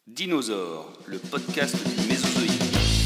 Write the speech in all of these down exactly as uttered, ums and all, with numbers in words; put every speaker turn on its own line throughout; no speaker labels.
Dinosaures, le podcast du Mésozoïque.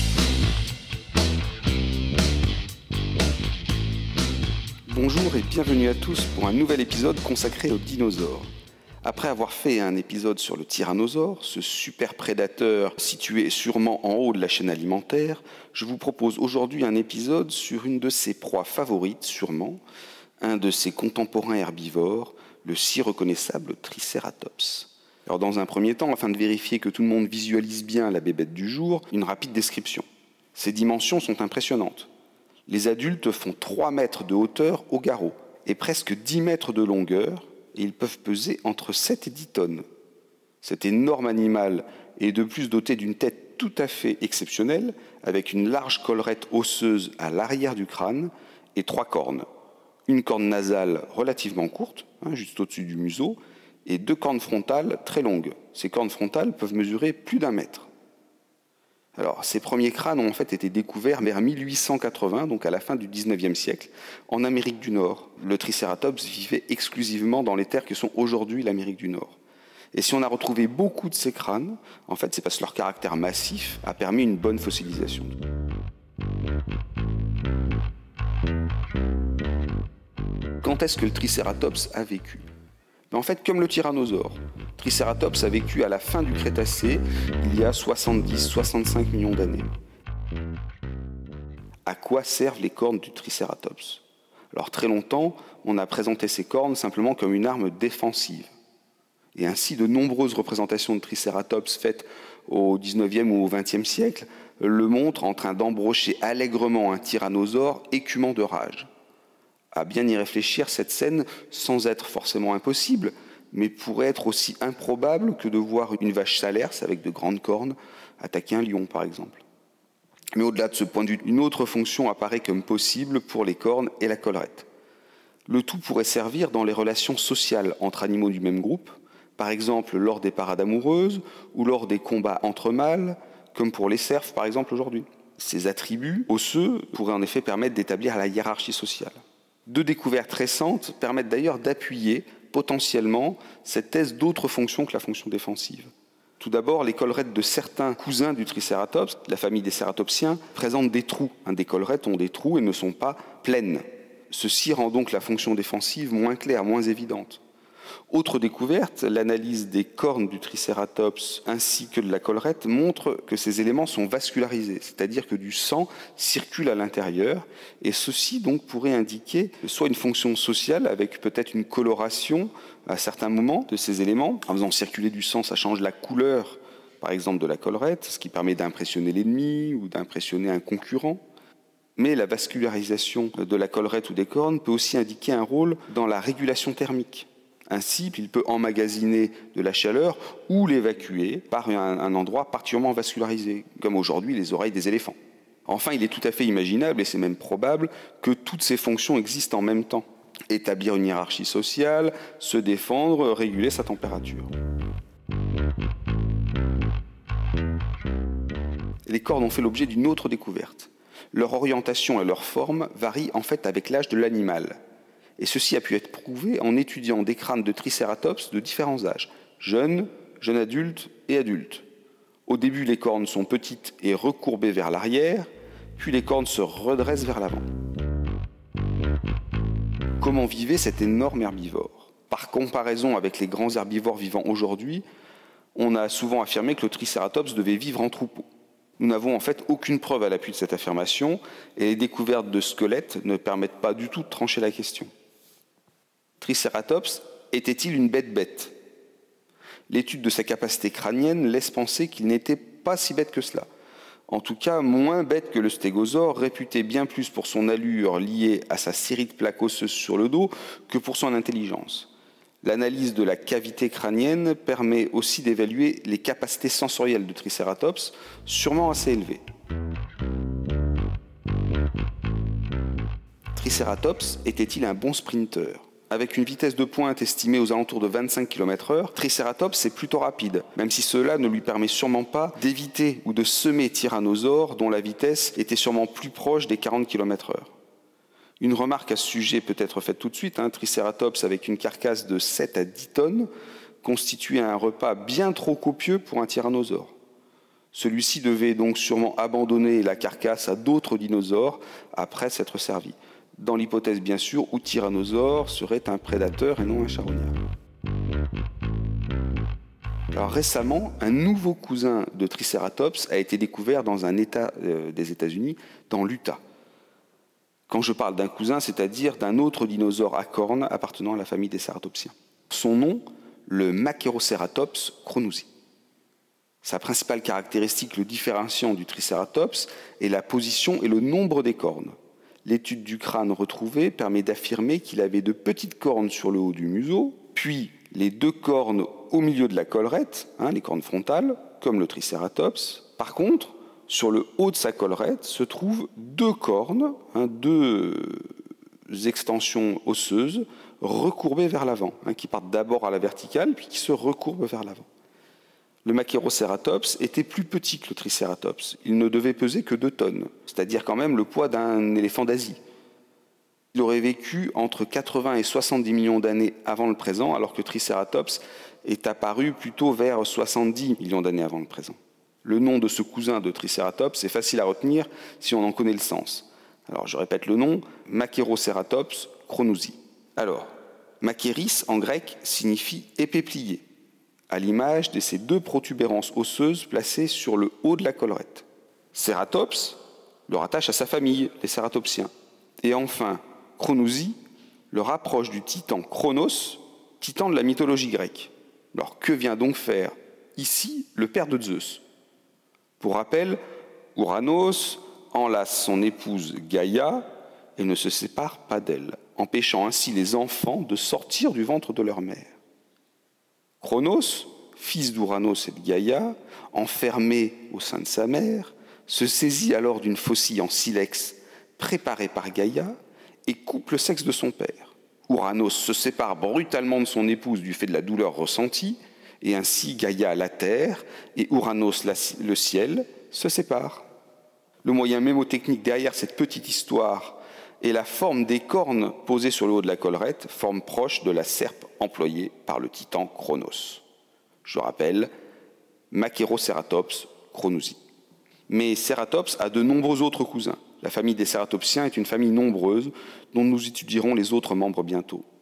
Bonjour et bienvenue à tous pour un nouvel épisode consacré aux dinosaures. Après avoir fait un épisode sur le tyrannosaure, ce super prédateur situé sûrement en haut de la chaîne alimentaire, je vous propose aujourd'hui un épisode sur une de ses proies favorites, sûrement, un de ses contemporains herbivores, le si reconnaissable Tricératops. Alors dans un premier temps, afin de vérifier que tout le monde visualise bien la bébête du jour, une rapide description. Ses dimensions sont impressionnantes. Les adultes font trois mètres de hauteur au garrot et presque dix mètres de longueur, et ils peuvent peser entre sept et dix tonnes. Cet énorme animal est de plus doté d'une tête tout à fait exceptionnelle, avec une large collerette osseuse à l'arrière du crâne et trois cornes. Une corne nasale relativement courte, hein, juste au-dessus du museau, et deux cornes frontales très longues. Ces cornes frontales peuvent mesurer plus d'un mètre. Alors, ces premiers crânes ont en fait été découverts vers mille huit cent quatre-vingts, donc à la fin du dix-neuvième siècle, en Amérique du Nord. Le Tricératops vivait exclusivement dans les terres que sont aujourd'hui l'Amérique du Nord. Et si on a retrouvé beaucoup de ces crânes, en fait, c'est parce que leur caractère massif a permis une bonne fossilisation. Quand est-ce que le Tricératops a vécu ? En fait, comme le tyrannosaure, Tricératops a vécu à la fin du Crétacé, il y a soixante-dix à soixante-cinq millions d'années. À quoi servent les cornes du Tricératops ? Alors très longtemps, on a présenté ces cornes simplement comme une arme défensive. Et ainsi, de nombreuses représentations de Tricératops faites au dix-neuvième ou au vingtième siècle le montrent en train d'embrocher allègrement un tyrannosaure écumant de rage. À bien y réfléchir, cette scène, sans être forcément impossible, mais pourrait être aussi improbable que de voir une vache salerce avec de grandes cornes attaquer un lion, par exemple. Mais au-delà de ce point de vue, une autre fonction apparaît comme possible pour les cornes et la collerette. Le tout pourrait servir dans les relations sociales entre animaux du même groupe, par exemple lors des parades amoureuses ou lors des combats entre mâles, comme pour les cerfs, par exemple, aujourd'hui. Ces attributs osseux pourraient en effet permettre d'établir la hiérarchie sociale. Deux découvertes récentes permettent d'ailleurs d'appuyer potentiellement cette thèse d'autres fonctions que la fonction défensive. Tout d'abord, les collerettes de certains cousins du Tricératops, la famille des cératopsiens, présentent des trous. Des collerettes ont des trous et ne sont pas pleines. Ceci rend donc la fonction défensive moins claire, moins évidente. Autre découverte, l'analyse des cornes du Tricératops ainsi que de la collerette montre que ces éléments sont vascularisés, c'est-à-dire que du sang circule à l'intérieur, et ceci donc pourrait indiquer soit une fonction sociale avec peut-être une coloration à certains moments de ces éléments. En faisant circuler du sang, ça change la couleur, par exemple, de la collerette, ce qui permet d'impressionner l'ennemi ou d'impressionner un concurrent. Mais la vascularisation de la collerette ou des cornes peut aussi indiquer un rôle dans la régulation thermique. Ainsi, il peut emmagasiner de la chaleur ou l'évacuer par un, un endroit particulièrement vascularisé, comme aujourd'hui les oreilles des éléphants. Enfin, il est tout à fait imaginable, et c'est même probable, que toutes ces fonctions existent en même temps. Établir une hiérarchie sociale, se défendre, réguler sa température. Les cornes ont fait l'objet d'une autre découverte. Leur orientation et leur forme varient en fait avec l'âge de l'animal. Et ceci a pu être prouvé en étudiant des crânes de Tricératops de différents âges, jeunes, jeunes adultes et adultes. Au début, les cornes sont petites et recourbées vers l'arrière, puis les cornes se redressent vers l'avant. Comment vivait cet énorme herbivore ? Par comparaison avec les grands herbivores vivants aujourd'hui, on a souvent affirmé que le Tricératops devait vivre en troupeau. Nous n'avons en fait aucune preuve à l'appui de cette affirmation, et les découvertes de squelettes ne permettent pas du tout de trancher la question. Tricératops était-il une bête bête ? L'étude de sa capacité crânienne laisse penser qu'il n'était pas si bête que cela. En tout cas, moins bête que le stégosaure, réputé bien plus pour son allure liée à sa série de plaques osseuses sur le dos que pour son intelligence. L'analyse de la cavité crânienne permet aussi d'évaluer les capacités sensorielles de Tricératops, sûrement assez élevées. Tricératops était-il un bon sprinter ? Avec une vitesse de pointe estimée aux alentours de vingt-cinq kilomètres heure, Tricératops est plutôt rapide, même si cela ne lui permet sûrement pas d'éviter ou de semer Tyrannosaure, dont la vitesse était sûrement plus proche des quarante kilomètres heure. Une remarque à ce sujet peut être faite tout de suite. Hein, Tricératops, avec une carcasse de sept à dix tonnes, constituait un repas bien trop copieux pour un tyrannosaure. Celui-ci devait donc sûrement abandonner la carcasse à d'autres dinosaures après s'être servi, dans l'hypothèse bien sûr où Tyrannosaure serait un prédateur et non un charognard. Alors récemment, un nouveau cousin de Triceratops a été découvert dans un État euh, des États-Unis, dans l'Utah. Quand je parle d'un cousin, c'est-à-dire d'un autre dinosaure à cornes appartenant à la famille des cératopsiens. Son nom, le Machairoceratops chronousi. Sa principale caractéristique le différenciant du Triceratops est la position et le nombre des cornes. L'étude du crâne retrouvé permet d'affirmer qu'il avait de petites cornes sur le haut du museau, puis les deux cornes au milieu de la collerette, hein, les cornes frontales, comme le Triceratops. Par contre, sur le haut de sa collerette se trouvent deux cornes, hein, deux extensions osseuses recourbées vers l'avant, hein, qui partent d'abord à la verticale, puis qui se recourbent vers l'avant. Le Machairoceratops était plus petit que le Triceratops. Il ne devait peser que deux tonnes, c'est-à-dire quand même le poids d'un éléphant d'Asie. Il aurait vécu entre quatre-vingts et soixante-dix millions d'années avant le présent, alors que Triceratops est apparu plutôt vers soixante-dix millions d'années avant le présent. Le nom de ce cousin de Triceratops est facile à retenir si on en connaît le sens. Alors je répète le nom, Machairoceratops chronousi. Alors, Machairis en grec signifie épée pliée, à l'image de ces deux protubérances osseuses placées sur le haut de la collerette. Ceratops le rattache à sa famille, les cératopsiens. Et enfin, chronousi le rapproche du titan Chronos, titan de la mythologie grecque. Alors que vient donc faire ici le père de Zeus ? Pour rappel, Ouranos enlace son épouse Gaïa et ne se sépare pas d'elle, empêchant ainsi les enfants de sortir du ventre de leur mère. Chronos, fils d'Ouranos et de Gaïa, enfermé au sein de sa mère, se saisit alors d'une faucille en silex préparée par Gaïa et coupe le sexe de son père. Ouranos se sépare brutalement de son épouse du fait de la douleur ressentie, et ainsi Gaïa, la terre, et Ouranos, le ciel, se séparent. Le moyen mémotechnique derrière cette petite histoire est la forme des cornes posées sur le haut de la collerette, forme proche de la serpe employée par le titan Chronos. Je rappelle, Machairoceratops chronousi. Mais Ceratops a de nombreux autres cousins. La famille des cératopsiens est une famille nombreuse dont nous étudierons les autres membres bientôt.